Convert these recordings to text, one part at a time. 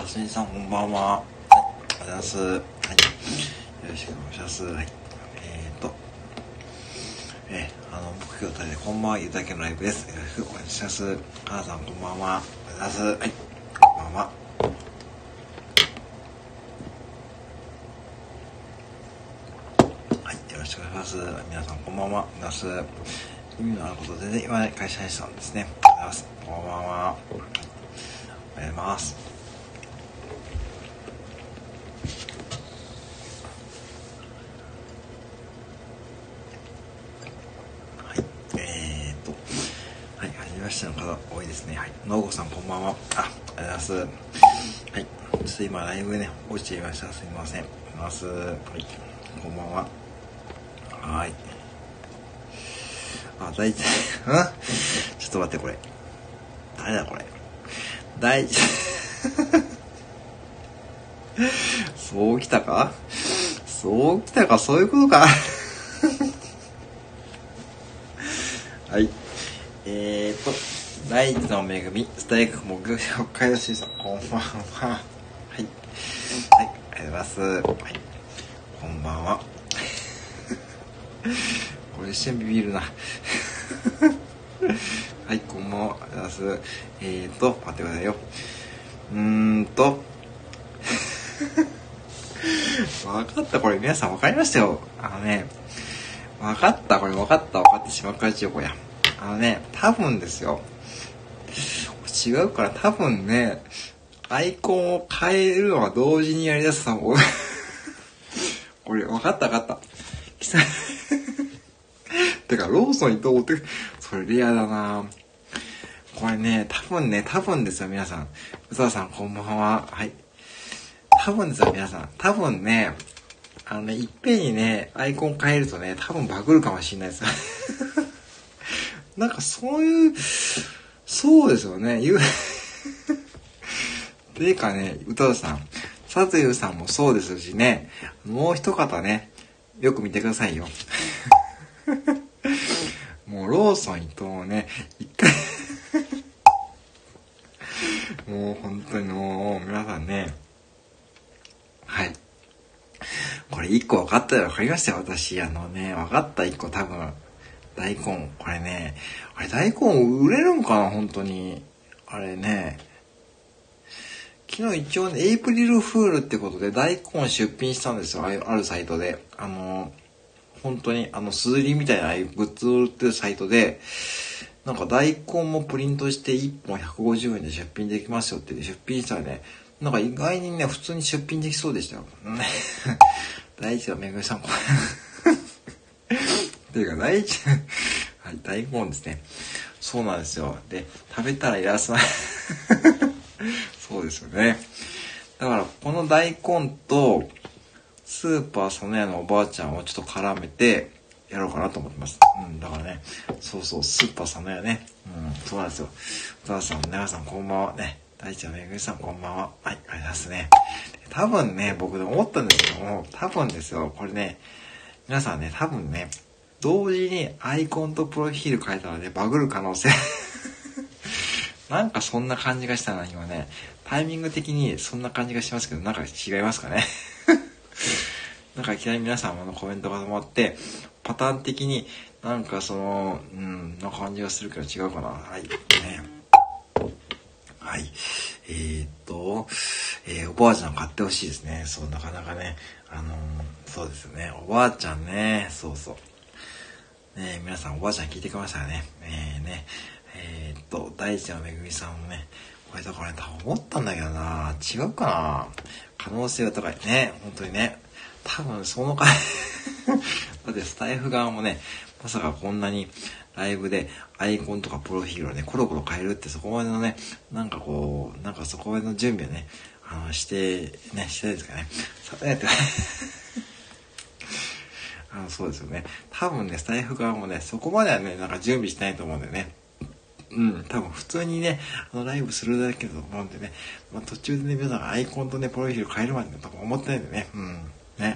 はすみさんこんばんは。はい、おはようございます。はい、よろしくお願いします。はい、目標体でこんばんは、ゆうだけのライブです。よろしくお願いします。母さんこんばんは。おはようございます。はい、こんばんは。はい、よろしくお願いします。皆さんこんばんは。おはようございます。意味のあること全然言わない会社員さんですね。おはようございます。こんばんは。おはようございます。はい、はじめましての方多いですね。はい、のうこさんこんばんは。ありがとうございます。はい、ちょっと今ライブね、落ちていました。すみません。はい、こんばんは。はい。あ、大ちゃん、ちょっと待って、これ。誰だこれ。大ちゃん。そうきたかそうきたか、そういうことか。はい。大地の恵み、スタイフ目標北海道市さん、こんばんは。はい。はい、ありがとうございます。はい。こんばんは。これ一瞬ビビるな。はい、こんばんは。ありがとうございます。待ってくださいよ。わかった、これ皆さんわかりましたよ。わかった、これわかってしまうからちよ、こや。多分ですよ。違うから多分ね、アイコンを変えるのは同時にやりだすさんも、これわかった。てか、ローソン伊藤って、それレアだな。これね、多分ですよ、皆さん。宇佐さん、こんばんは。はい。多分ですよ、皆さん。多分ね、いっぺんにね、アイコン変えるとね、多分バグるかもしれないです。なんかそういう、そうですよね。ていうかね、宇多田さん、佐藤優さんもそうですしね、もう一方ね、よく見てくださいよ。もうローソン伊藤をね、一回もう本当にもう皆さんね、はい。これ一個分かったら分かりましたよ、私。分かった一個多分。大根。これね、あれ大根売れるんかな本当に。あれね。昨日一応ね、エイプリルフールってことで大根出品したんですよ。あるサイトで。本当にすずりみたいなああいうグッズを売ってるサイトで、なんか大根もプリントして1本150円で出品できますよって出品したらね、なんか意外にね、普通に出品できそうでしたよ。大地はめぐみさん、っていうか大地、はい、大根ですね。そうなんですよ。で、食べたらいらっしゃい。そうですよね。だからこの大根とスーパーサノヤのおばあちゃんをちょっと絡めてやろうかなと思ってます。だからね、そう、スーパーサノヤね。そうなんですよ。お母さん、皆さんこんばんはね。大地のめぐみさんこんばんは。はい、ありがとうございますね。多分ね、僕で思ったんですけども、多分ですよ、これね、皆さんね、多分ね、同時にアイコンとプロフィール変えたらね、バグる可能性。なんかそんな感じがしたな、今ね。タイミング的にそんな感じがしますけど、なんか違いますかね。なんかいきなり皆様のコメントが止まって、パターン的になんかな感じがするけど違うかな。はい。ね。はい。おばあちゃん買ってほしいですね。そう、なかなかね。そうですよね。おばあちゃんね。そう。ね、皆さんおばあちゃん聞いてくれましたよね。大地のめぐみさんもね、これだからね、多分思ったんだけどな。違うかな。可能性は高いね。本当にね。多分その回だってスタイフ側もね、まさかこんなにライブでアイコンとかプロフィールをね、コロコロ変えるってそこまでのね、なんかそこまでの準備をね、してですかね。さてってそうですよね。多分ね、スタイフ側もね、そこまではね、なんか準備してないと思うんだよね。多分普通にね、ライブするだけだと思うんでね、途中でね、皆さんアイコンとね、プロフィール変えるまで多分思ってないんでね、ね。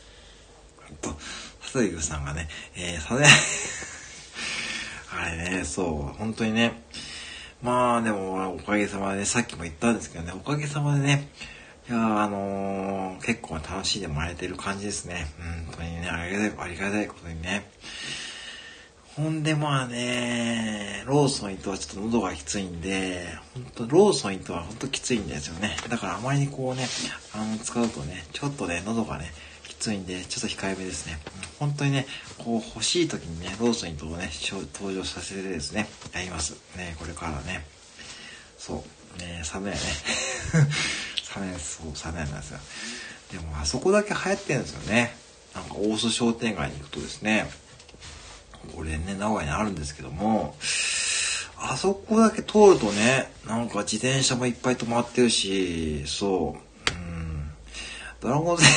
佐藤さんがね、あれね、そう、本当にね、 まあでも、おかげさまでね、さっきも言ったんですけどね、おかげさまでね、いや結構楽しんでもらえてる感じですね。本当にね、ありがたいことにね。ほんでまあね、ローソン伊藤はちょっと喉がきついんで、ローソン伊藤はほんときついんですよね。だからあまりにこうね、使うとね、ちょっとね、喉がね、きついんで、ちょっと控えめですね。本当にね、こう欲しい時にね、ローソン伊藤をね、登場させてですね、やります。ね、これからね。そう。ね、サムヤね。サムヤなんですよ。でもあそこだけ流行ってるんですよね。なんか大須商店街に行くとですね、これね、名古屋にあるんですけども、あそこだけ通るとね、なんか自転車もいっぱい止まってるし、そう、ドラゴンズ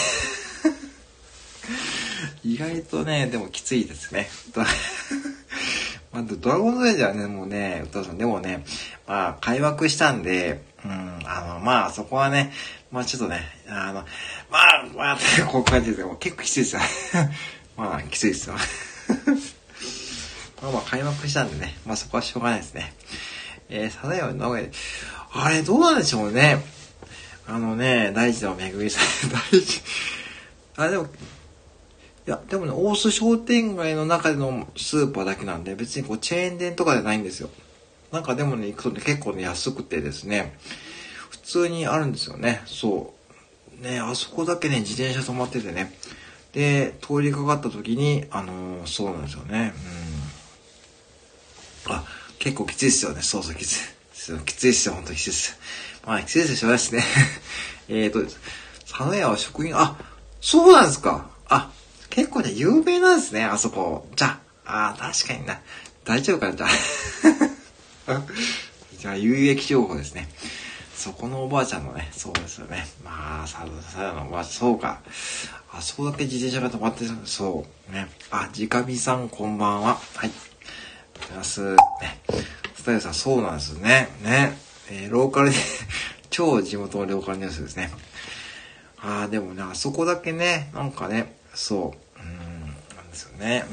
意外とね、でもきついですね。まあ、ドラゴンズではね、もうね、歌さん、でもね、まあ、開幕したんで、まあ、そこはね、まあ、ちょっとね、こういう感じですよ。結構きついですよ。まあ、きついですよ。まあ、開幕したんでね、まあ、そこはしょうがないですね。サザエは名古屋で、あれ、どうなんでしょうね。大地のめぐみさん、でも、でもね、大須商店街の中でのスーパーだけなんで、別にこうチェーン店とかじゃないんですよ。なんかでもね、行くとね、結構ね、安くてですね、普通にあるんですよね。そう。ね、あそこだけね、自転車止まっててね。で、通りかかった時に、そうなんですよね。結構きついですよね。そう、きつい。きついですよ、本当にきついです。まあ、きついですよ、しょうがないですね。佐野屋は職員、そうなんですか。結構ね、有名なんですね、あそこ。じゃあ、確かにな。大丈夫かな、じゃあ。じゃあ、有益情報ですね。そこのおばあちゃんのね、そうですよね。まあ、さやのおばあちゃん、そうか。あそこだけ自転車が止まってる、そうね。じかみさん、こんばんは。はい。ありがとうございます。ね。スタイルさん、そうなんですね。ね。ローカルで、超地元のローカルニュースですね。でもね、あそこだけね、なんかね、なんですよね。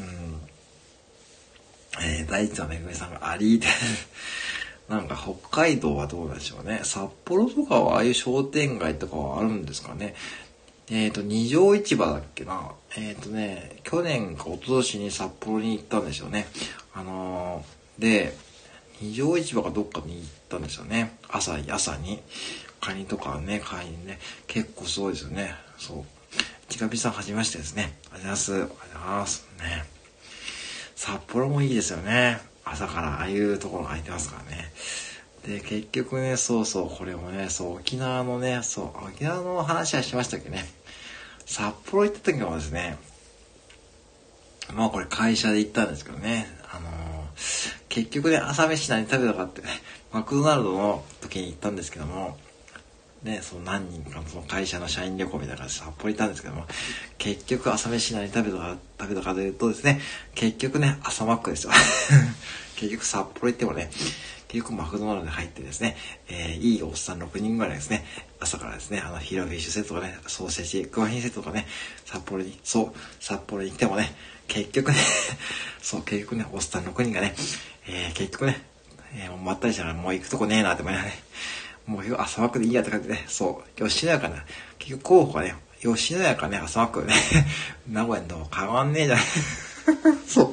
大地のめぐみさんがアリーで、なんか北海道はどうなんでしょうね。札幌とかはああいう商店街とかはあるんですかね。二条市場だっけな。去年か一昨年に札幌に行ったんですよね。で、二条市場かどっかに行ったんですよね。朝に。カニとかね、買いにね。結構すごいですよね。そう。ちかぴさんはじめましてですね。ありがとうございます。ありがとうございます。ね。札幌もいいですよね。朝からああいうところが空いてますからね。で、結局ね、これもね、沖縄のね、沖縄の話はしましたっけね。札幌行った時もですね、まあこれ会社で行ったんですけどね、結局ね、朝飯何食べたかって、マクドナルドの時に行ったんですけども、ね、何人かのその会社の社員旅行みたいな感じで札幌行ったんですけども、結局朝飯何食べたかというとですね、結局ね、朝マックですよ。結局札幌行ってもね、結局マクドナルドに入ってですね、いいおっさん6人ぐらいですね、朝からですね、フィレオフィッシュセットとかね、ソーセージ、クワヒンセットとかね、札幌に来てもね、結局ね、結局ね、おっさん6人がね、結局ね、もうまったりしたらもう行くとこねえなって思いながらね、もう朝マックでいいやって感じで、吉野家かな。結局候補がね、吉野家かね、朝マックでね、名古屋の変わんねえじゃん。そう。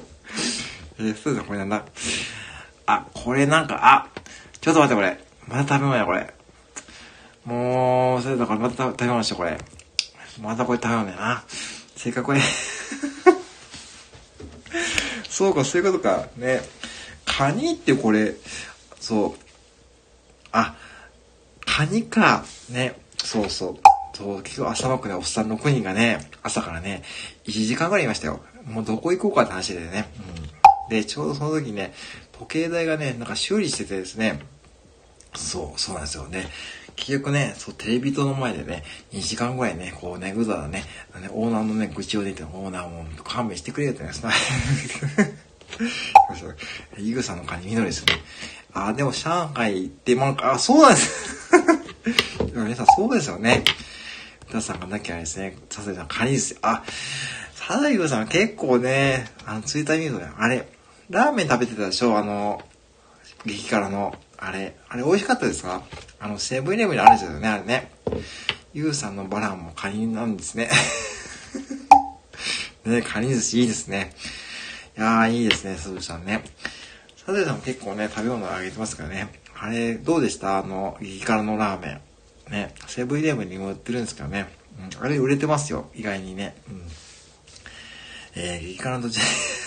そうだ、これなんだ。これなんか、ちょっと待って、これ。また食べ物や、これ。もう、それだからまた食べ物しよ、これ。またこれ食べ物やな。せっかくこれ。そうか、そういうことか。ね。カニってこれ、カニか。ね。結局朝マックでおっさん6人がね、朝からね、1時間ぐらいいましたよ。もうどこ行こうかって話でね。で、ちょうどその時ね、時計台がね、なんか修理しててですね、そうなんですよね。結局ね、テレビ塔の前でね、2時間ぐらいね、こうね、ぐだらね、オーナーのね、愚痴を出て、オーナーも勘弁してくれよってね、イグさんのカニ緑ですね。でも上海行って、そうなんです。でも皆さんそうですよね。皆さんがなきゃですね、サザエさんカニですよ。サザエさん結構ね、ツイッター見るとね、ラーメン食べてたでしょ激辛の。 あれ美味しかったですか？セブンイレブンにあるんですよね、あれね。ゆうさんのバランもカニなんですね。ね、カニ寿司いいですね。いやー、いいですね、すずさんね。サザエさんも結構ね、食べ物あげてますからね。あれ、どうでした？激辛のラーメン。ね、セブンイレブンにも売ってるんですけどね。うん、あれ売れてますよ、意外にね。うん。激辛の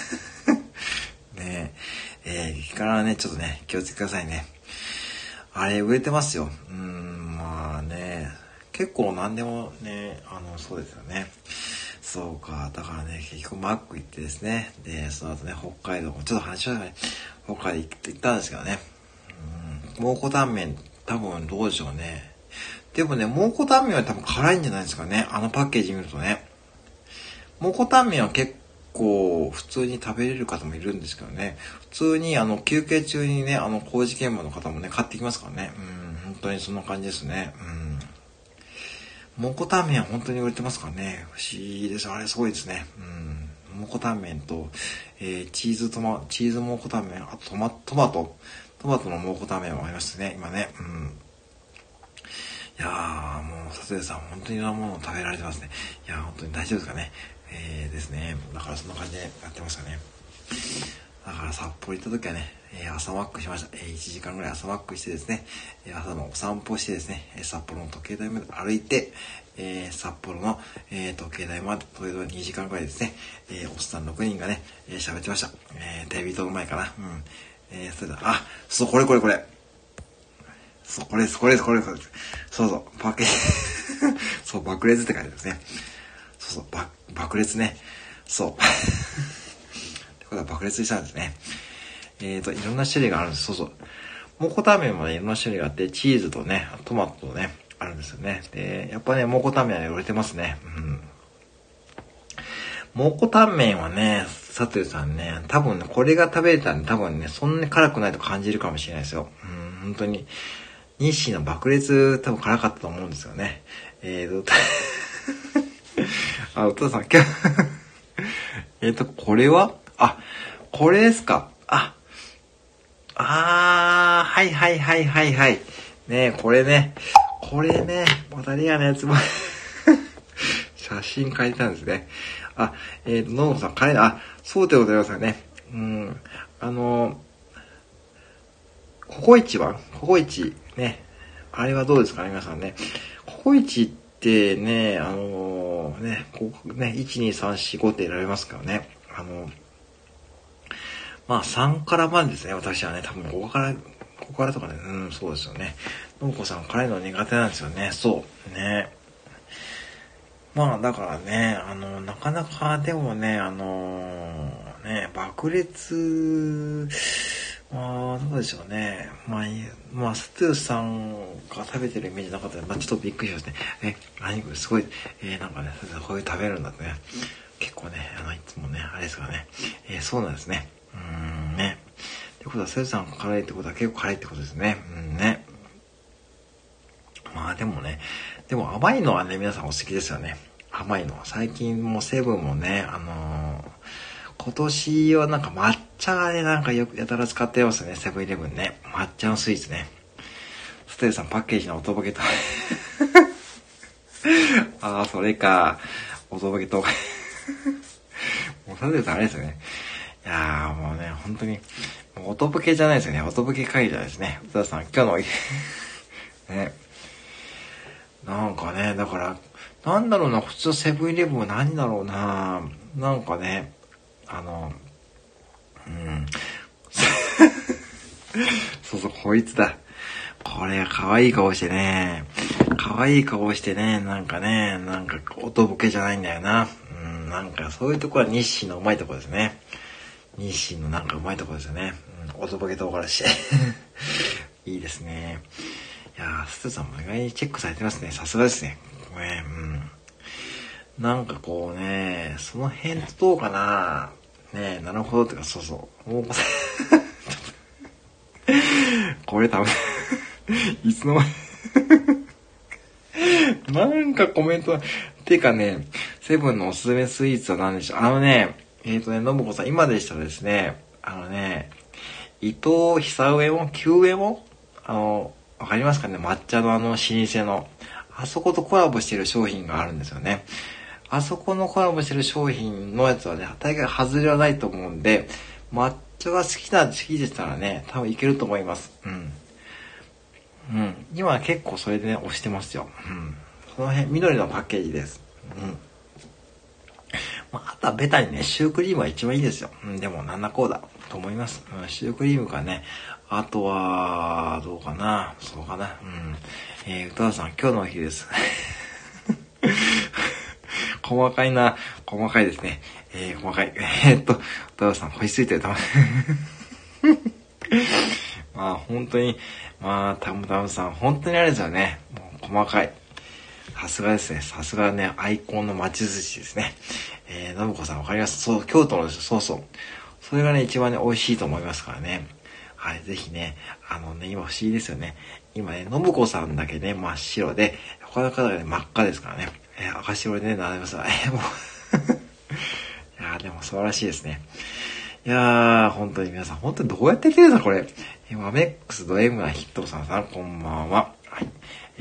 ね激辛はね、ちょっとね、気をつけてくださいね。あれ、売れてますよ。まあね、結構何でもね、そうですよね。そうか、だからね、結局マック行ってですね、で、その後ね、北海道も、ちょっと話しましたね。北海道行ったんですけどね。蒙古タンメン、多分どうでしょうね。でもね、蒙古タンメンは多分辛いんじゃないですかね。あのパッケージ見るとね。蒙古タンメンは結構普通に食べれる方もいるんですけどね。普通に休憩中にね、工事現場の方もね、買ってきますからね。本当にそんな感じですね。蒙古タンメンは本当に売れてますからね。不思議です。あれすごいですね。蒙古タンメンと、チーズ蒙古タンメン、あとトマトの蒙古タンメンもありますね、今ね。いやー、もう、さつえさん、本当にいろんなものを食べられてますね。いやー、本当に大丈夫ですかね。ですね。だからそんな感じでやってましたね。だから札幌行った時はね、朝マックしました。1時間ぐらい朝マックしてですね、朝のお散歩してですね、札幌の時計台まで歩いて、札幌の、時計台まで、時計台2時間ぐらいですね、おっさん6人がね、喋ってました。テレビ塔の前かな。それだ、そう、これ。そう、これです。そうそう、そう、爆裂って書いてますね。そう、爆裂ね。そう。ってことは爆裂したんですね。いろんな種類があるんです。そうそう。蒙古タンメンもね、いろんな種類があって、チーズとね、トマトとね、あるんですよね。で、やっぱね、蒙古タンメンは売れてますね。蒙古タンメンはね、佐藤さんね、多分ね、これが食べれたら、多分ね、そんなに辛くないと感じるかもしれないですよ。本当に。日清の爆裂、多分辛かったと思うんですよね。お父さん、今日これはこれですか。はい。ねこれね、またレアなやつも写真書いてたんですね。ノブさん、そうでございますよね。ココイチね。あれはどうですかね、皆さんね。ココイチってね、ここね、1、2、3、4、5って選べますからね。3からまでですね、私はね、多分ここからとかね、そうですよね。のぶこさん、辛いの苦手なんですよね。そう。ね。だからね、なかなかでもね、爆裂、どうでしょうね。ストゥーさんが食べてるイメージなかったので、ちょっとびっくりしましたね。何これすごい、なんかね、こういう食べるんだってね。結構ね、いつもね、あれですからね。そうなんですね。ね。ってことは、ストゥーさんが辛いってことは結構辛いってことですね。ね。でも甘いのはね、皆さんお好きですよね。甘いのは。最近もセブンもね、今年はなんか抹茶がね、なんかよくやたら使ってますよね、セブンイレブンね。抹茶のスイーツね。ステルさんパッケージのおとぼけと。それか。おとぼけと。もうステルさんあれですよね。いやーもうね、本当に、もうおとぼけじゃないですよね。おとぼけ会議じゃないですね。ステルさん、今日の、ね。なんかね、だから、なんだろうな、普通セブンイレブンは何だろうな、なんかね、そう、こいつだ。これ、可愛い顔してね、なんかね、なんか、おとぼけじゃないんだよな。なんか、そういうとこは日清のうまいとこですね。日清のなんかうまいとこですよね。おとぼけ唐辛子。いいですね。いやー、ストさんも意外にチェックされてますね。さすがですね。なんかこうね、その辺どうかな。ねえ、なるほどってか、そうそう。もうこれ多分いつの間になんかコメント、てかね、セブンのおすすめスイーツは何でしょう。のぶこさん、今でしたらですね、伊藤久上も、久右衛門わかりますかね、抹茶の老舗の、あそことコラボしてる商品があるんですよね。あそこのコラボしてる商品のやつはね、大概外れはないと思うんで、抹茶が好きでしたらね、多分いけると思います。うん。うん。今は結構それでね、押してますよ。うん。その辺、緑のパッケージです。うん。まあ、あとはベタにね、シュークリームは一番いいですよ。うん、でもなんだこうだと思います。うん、シュークリームかね。あとは、どうかな。そうかな。うん。歌田さん、今日のお昼です。細かいな。細かいですね。細かい。歌田さん、星ついてる。まあ、本当に、まあ、たむたむさん、本当にあれですよね。もう細かい。さすがですね。さすがね、アイコンの町寿司ですね。信子さんわかります？そう、京都のですよ。そうそう。それがね、一番ね、美味しいと思いますからね。はい、ぜひね、今不思議ですよね。今ね、信子さんだけね、真っ白で、他の方がね、真っ赤ですからね。赤白でね、並びますが、もういやー、でも素晴らしいですね。いやー、本当に皆さん、本当にどうやってやってるんですか、これ。マメックスド M なヒットさん、こんばんは。はい。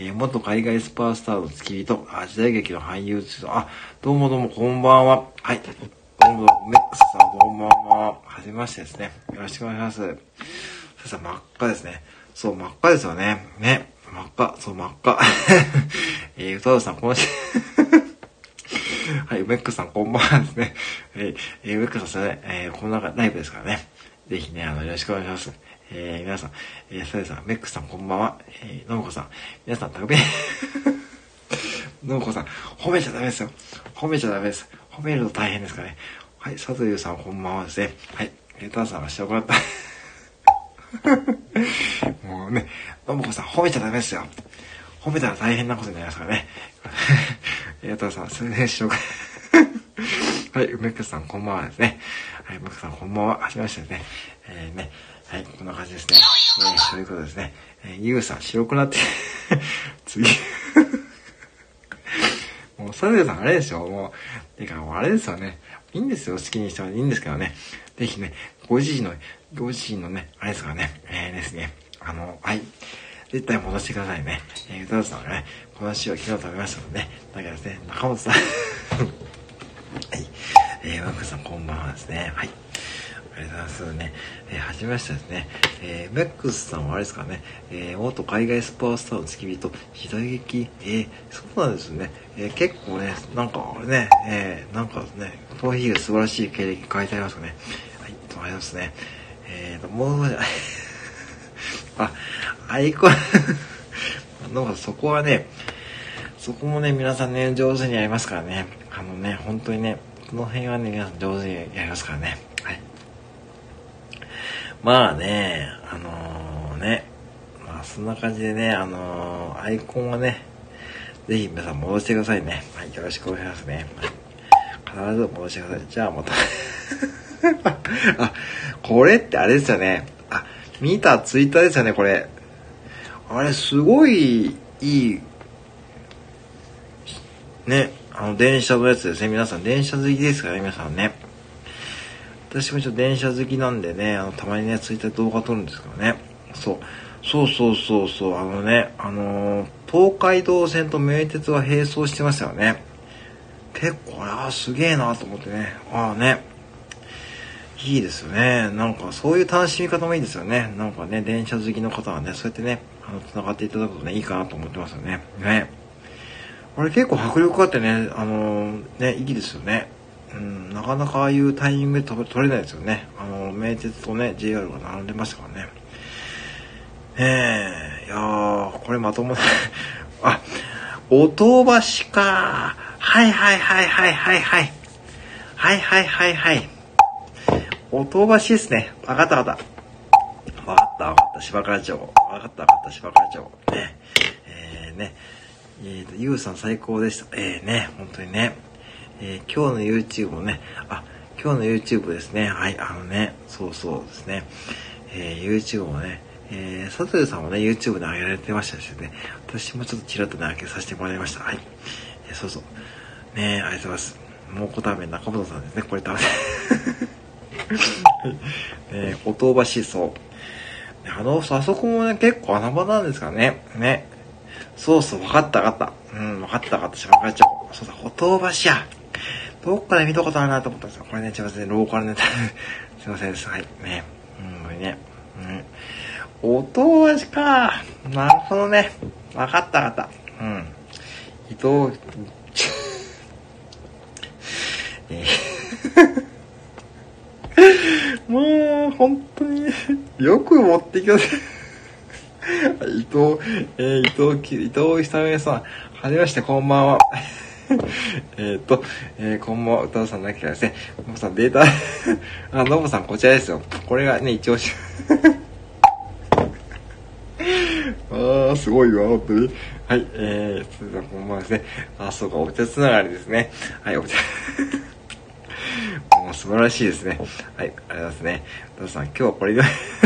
元海外スパースターの付き人、時代劇の俳優どうもどうも、こんばんは。はい。どうもどうも、メックスさん、こんばんは。はじめましてですね。よろしくお願いします。さん、真っ赤ですね。そう、真っ赤ですよね。ね。真っ赤。そう、真っ赤。宇多田さん、このはい、メックさんこんばんはですね。メックさんそれ、この中ライブですからね。ぜひね、よろしくお願いします。皆さん、サイさん、メックさんこんばんは。のむこさん、皆さん、たくべのむこさん、褒めちゃダメですよ。褒めちゃダメです。褒めると大変ですからね。はい、さとゆさんこんばんはですね。はい、タンさんがしてもらった。もうね、のむこさん褒めちゃダメですよ。褒めたら大変なことになりますからね。タンさん、それでしょうか。はい、梅木さんこんばんはですね。はい、梅木さんこんばんは。はじめましてですね。ね。はい、こんな感じですね。そういうことですね。ゆうさん白くなって、次。もう、サルさんあれでしょもう、てかもうあれですよね。いいんですよ。好きにしてはいいんですけどね。ぜひね、ご自身のね、あれですからね。ですね。はい。絶対戻してくださいね。歌田さんがね、この詩を昨日食べましたので、ね、だからですね、中本さん。はい。マックさんこんばんはですね。はい。ありがとうございますね。はじめましてですね。メックスさんはあれですかね、元海外スパースターの付き人、時代劇、そうなんですね。結構ね、なんかね、なんかね、コーヒーが素晴らしい経歴書いてありますよね。はい、ありがとうございますね。もう、あ、アイコンなんかそこはね、そこもね、皆さんね、上手にやりますからね。本当にね、この辺はね、皆さん上手にやりますからね。はい。まあね、まあそんな感じでね、アイコンはね、ぜひ皆さん戻してくださいね。はい、よろしくお願いしますね。はい、必ず戻してください。じゃあまた。あ、これってあれですよね。見たツイッターですよね、これ。あれ、すごいいい、ね、電車のやつですね。皆さん、電車好きですからね、皆さんね。私もちょっと電車好きなんでね、たまにね、ツイッター動画撮るんですけどね。そう、東海道線と名鉄が並走してましたよね。結構、すげえなと思ってね。いいですよね。なんか、そういう楽しみ方もいいですよね。なんかね、電車好きの方はね、そうやってね、繋がっていただくとね、いいかなと思ってますよね。ね。これ結構迫力あってね、いいですよね。うん、なかなかああいうタイミングで取れないですよね。名鉄とね、JR が並んでましたからね。いやー、これまともな、音橋かー。はいはいはいはいはいはい。はいはいはいはい。音橋ですね。わかったわかった。わかった芝倉町。わかった芝倉町。ね。ゆうさん最高でした。ね、本当にね。今日の YouTube もね、今日の YouTube ですね。はい、そうですね。YouTube もね、佐藤さんもね、YouTube で上げられてましたしね、私もちょっとちらっとね、開けさせてもらいました。はい。そうそう。ね、ありがとうございます。蒙古ターメン中本さんですね、これ食べて。音橋そう。 あそこもね、結構穴場なんですかね。ね。そうそう、わかった。わかった。紹介ちゃおう。そうだ、ほとばしや。どっかで見たことあるなと思ったんですよ。これね、すいません、ローカルネタ。すいませんです。はい。ね。これね。おとばしか。なるほどね。わかった。伊藤、もう、本当に、よく持ってきます。伊藤久美さん、はじめまして、こんばんは。こんばんは、歌うさんなきゃですね。のぼさん、データ、のぼさん、こちらですよ。これがね、一応すごいわ、本当に。はい、それではこんばんはですね。そうか、お茶つながりですね。はい、お茶。もう素晴らしいですね。はい、ありがとうございますね。どうさん、今日はこれで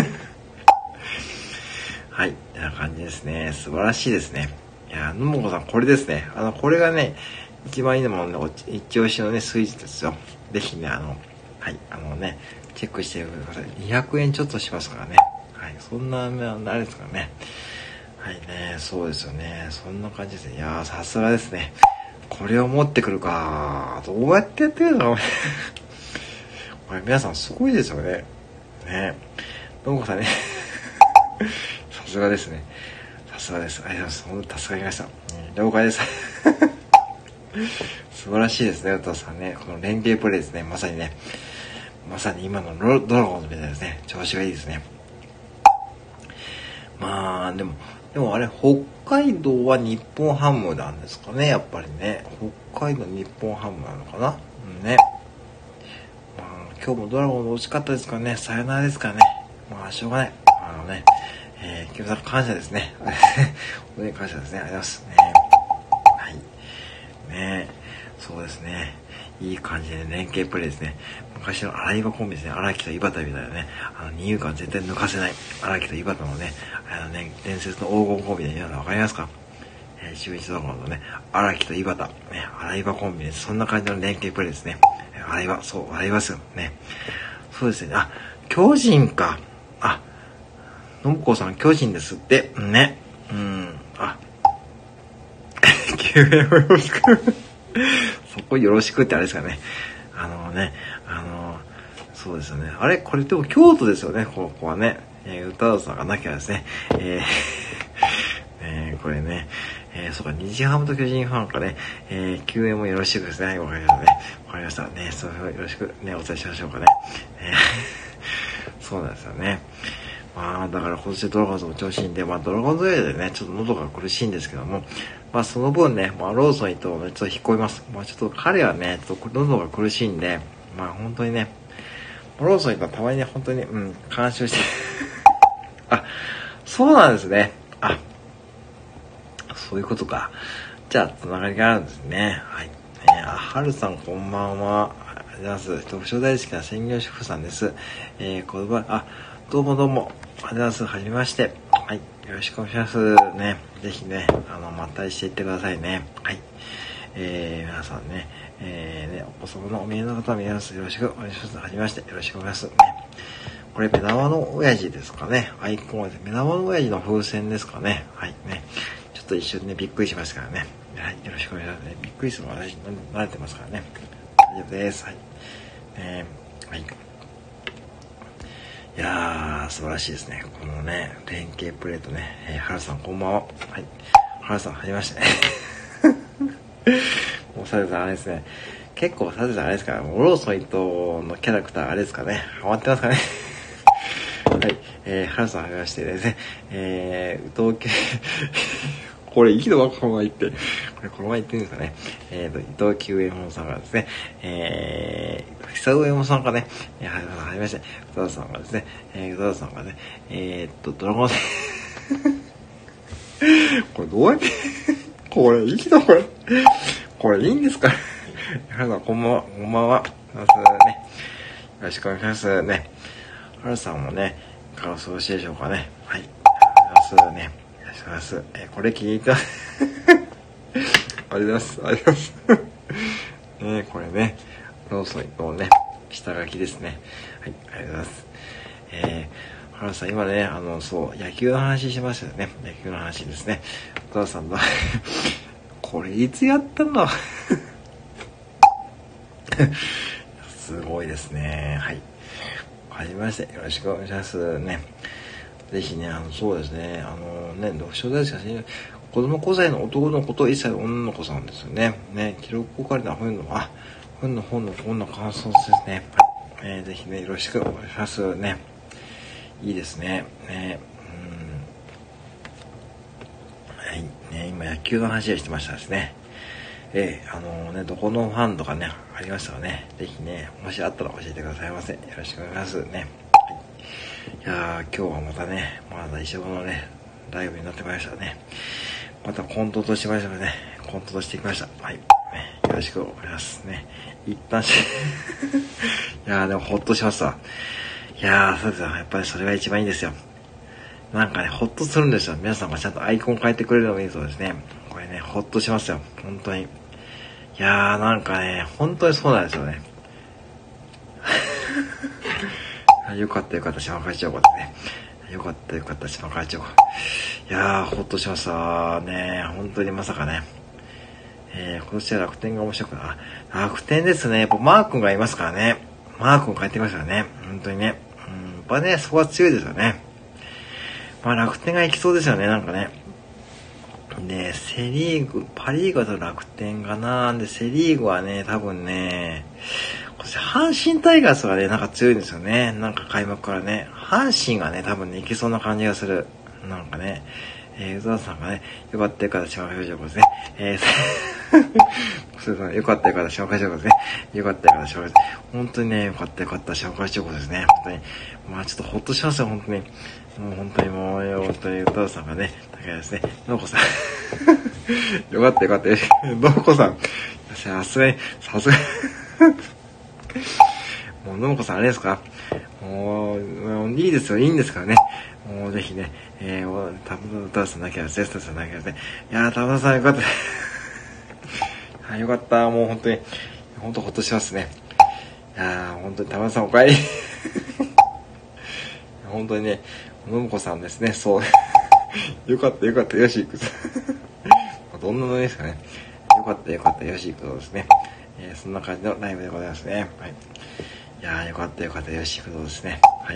はい、こんな感じですね。素晴らしいですね。いや、のもこさん、これですね。これがね、一番いいのもね、一押しのね、数字ですよ。ぜひね、はい、チェックしてください。200円ちょっとしますからね。はい、そんな、あれですからね。はいね、そうですよね。そんな感じですね。いやー、さすがですね。これを持ってくるか。どうやってやってるのこれ皆さんすごいですよね。ね。どうもさんね。さすがですね。さすがです。ありがとうございます。本当助かりました。了解です。素晴らしいですね、お父さんね。この連携プレイですね。まさにね。まさに今のドラゴンズみたいですね。調子がいいですね。まあ、でもあれ、北海道は日本ハムなんですかね、やっぱりね。北海道日本ハムなのかな。ね。まあ、今日もドラゴンズ惜しかったですからね。さよならですからね。まあ、しょうがない。キムさん感謝ですね。本当に感謝ですね。ありがとうございますね。はい。ね、そうですね。いい感じで、ね、連携プレイですね。昔の荒岩コンビですね。荒木と井端みたいなね。二遊間絶対抜かせない。荒木と井端のね、伝説の黄金コンビで皆さんわかりますか？中日ドラゴンのね、荒木と井端、ね、荒岩コンビです。そんな感じの連携プレイですね。荒岩ですよね。そうですね。巨人か。のぶこさん、巨人ですって。ね。救援をよろしく。そこよろしくってあれですかね。そうですよね。あれこれでも京都ですよね、ここはね。歌うさんがなきゃですね。これね。そうか、日ハムと巨人ファンかね。救援もよろしくですね。わかりましたね。わかりましたね。それをよろしくね、お伝えしましょうかね。そうなんですよね。まあ、だから今年ドラゴンズも調子いいんで、ドラゴンズエリアでね、ちょっと喉が苦しいんですけども、その分ね、ローソン伊藤をね、ちょっと引っ込みます。ちょっと彼はね、ちょっと喉が苦しいんで、本当にね、ローソン伊藤はたまにね、本当に、監修してそうなんですね。そういうことか。じゃあ、つながりがあるんですね。はい。はるさんこんばんは。ありがとうございます。特徴大好きな専業主婦さんです。言葉、どうも。ありがとうございます。はじめまして。はい。よろしくお願いします。ね。ぜひね、まったりしていってくださいね。はい。皆さんね、お子様のお見えの方は皆さんよろしくお願いします。はじめまして。よろしくお願いします。ね。これ、目玉の親父ですかね。アイコンは目玉の親父の風船ですかね。はい。ね。ちょっと一瞬ね、びっくりしますからね。はい。よろしくお願いしますね。びっくりするのは私、慣れてますからね。大丈夫です。はい。はい。いやー、素晴らしいですね。このね、連携プレートね。はるさんこんばんは。はい。はるさん、はじめまして。もうサテさんあれですね。結構サテさんあれですから、ローソン伊藤のキャラクターあれですかね。ハマってますかね。はい。はるさんはじめましてですね。伊藤家、これいいのかこの前言って。これこの前言ってるんですかね。伊藤久右衛門さんがですね、久上門さんがね、はじめまして、宇多田さんがですね、宇多田さんがね、ドラゴンこれどうやってこれいいのこれいいんですかはるさんこんばんは。こんばんは。ね。よろしくお願いしますね。はるさんもね、いかがお過ごしでしょうかね。はい。ありがとうございますね。よろしくお願いします。これ気に入った。ありがとうございます。ありがとうございます。ね、これね、ローソンのね、下書きですね。はい、ありがとうございます。は原さん、今ね、そう、野球の話しましたよね。野球の話ですね。お父さんの、これいつやったのすごいですね。はい。はじめまして。よろしくお願いしますね。ぜひね、そうですね。読書大好きですね。子供5歳の男の子と1歳の女の子さんですよね。ね、記録を書かれた本の本の感想ですね。ぜひね、よろしくお願いしますね。いいですね。ね、はい。ね、今野球の話をしてましたですね。どこのファンとかね、ありましたらね、ぜひね、もしあったら教えてくださいませ。よろしくお願いしますね。いやー、今日はまたね、まだ一緒のね、ライブになってまいりましたね。またコントとしましたのでね、コントとしてきました。はい。ね、よろしくお願いしますね。一旦いやー、でもほっとしますわ。いやー、そうですよ。やっぱりそれが一番いいんですよ。なんかね、ほっとするんですよ。皆さんがちゃんとアイコン変えてくれるのがいいそうですね。これね、ほっとしますよ。本当に。いやー、なんかね、本当にそうなんですよね。よかった、島会長ですね。よかった、島会長。いやー、ほっとしましたね。本当にまさかね。今年は楽天が面白くな楽天ですね。やっぱマー君がいますからね。マー君帰ってきましたよね。本当にね。やっぱね、そこは強いですよね。まあ楽天が行きそうですよね、なんかね。で、セリーグ、パリーグは楽天かな。で、セリーグはね、多分ね、今年阪神タイガースがね、なんか強いんですよね。なんか開幕からね。阪神がね、多分ね、行けそうな感じがする。なんかね。宇沢さんがね、よかったよかった島会長ですね。よかったよかった島会長ですね。よかったよかった島会長。本当にね、よかったよかった島会長ですね。本当に。まあちょっとほっとしますよ、本当に。もう本当に本当に宇沢さんがね、高いですね。のこさん。よかったよかったよ。のこさん。さすがに。もうのこさんあれですかもう、いいですよ、いいんですからね。もうぜひね、田村さんだけはゼストさんだけはね。いやー、田村さんよかった。はい、よかった。もう本当に、本当ほっとしますね。いやー、本当に田村さんお帰り。本当にね、のむこさんですね、そう。よかった、よしいくぞ。どんなのですかね。よかった、よしいくぞですね。そんな感じのライブでございますね。はい。いやー、よかった、よしいくぞですね。はい。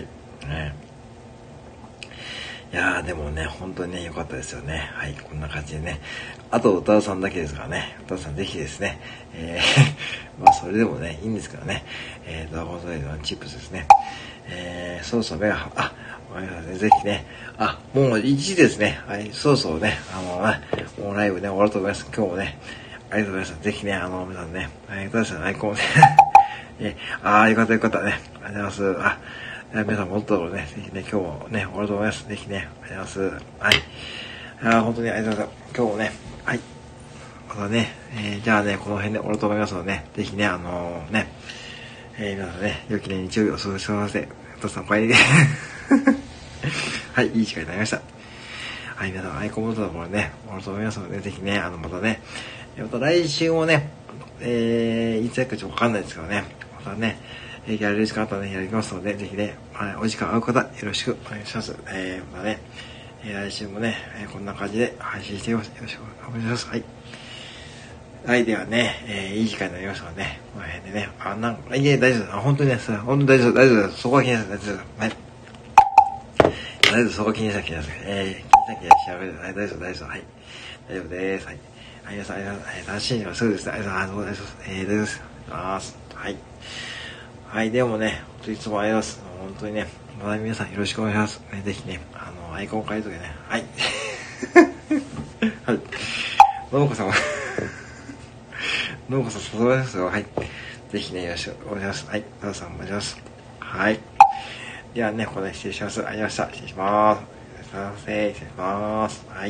いやー、でもね、本当にね、良かったですよね。はい、こんな感じでね。あと、歌うさんだけですからね。歌うさんぜひですね。まあ、それでもね、いいんですけどね。ドラゴンズレイドのチップスですね。そろそろ目が、わかりましたね。ぜひね。もう1時ですね。はい、そろそろね、もうライブね、終わると思います。今日もね、ありがとうございます。ぜひね、皆さんね、歌うさんのアイコンをね、よかったね。ありがとうございます。皆さんもっとね、ぜひね、今日もね、終わると思います。ぜひね、ありがとうございます。はい。本当にありがとうございます。今日もね、はい。またね、じゃあね、この辺で終わると思いますのでね、ぜひね、皆さんね、良きね、日曜日を過ごしませ。お父さんお帰りで。はい、いい時間になりました。はい、皆さん、アイコンボタンのところね、終わると思いますので、ぜひね、またね、また来週もね、いつやるかちょっとわかんないですけどね、またね、やれる時間あったらね、やりますので、ぜひね、お時間合う方、よろしくお願いします。またね、来週もね、こんな感じで配信していきます。よろしくお願いします。はい。はい、ではね、いい時間になりましたのでね、この辺でね、いえ、大丈夫です。本当にね、本当に大丈夫です。そこは気になさい、大丈夫です。はい。大丈夫です。そこは気になさい、気になさい。気にし調べて、大丈夫です。はい。大丈夫です。はい。皆さん、楽しいのがすぐです。大丈夫です。大丈夫です。はい。はい、でもね、いつもありがとうございます。本当にね、また皆さんよろしくお願いします。ぜひね、アイコン変えとけね。はい。はい。のもこさんは、のもこさん誘われますよ。はい。ぜひね、よろしくお願いします。はい。どうぞお願いします。はい。ではね、ここで失礼します。ありがとうございました。失礼します。失礼します。はい。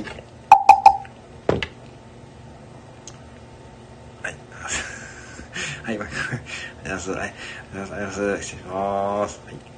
はい。はい。ありがとうございます。失礼します。はい。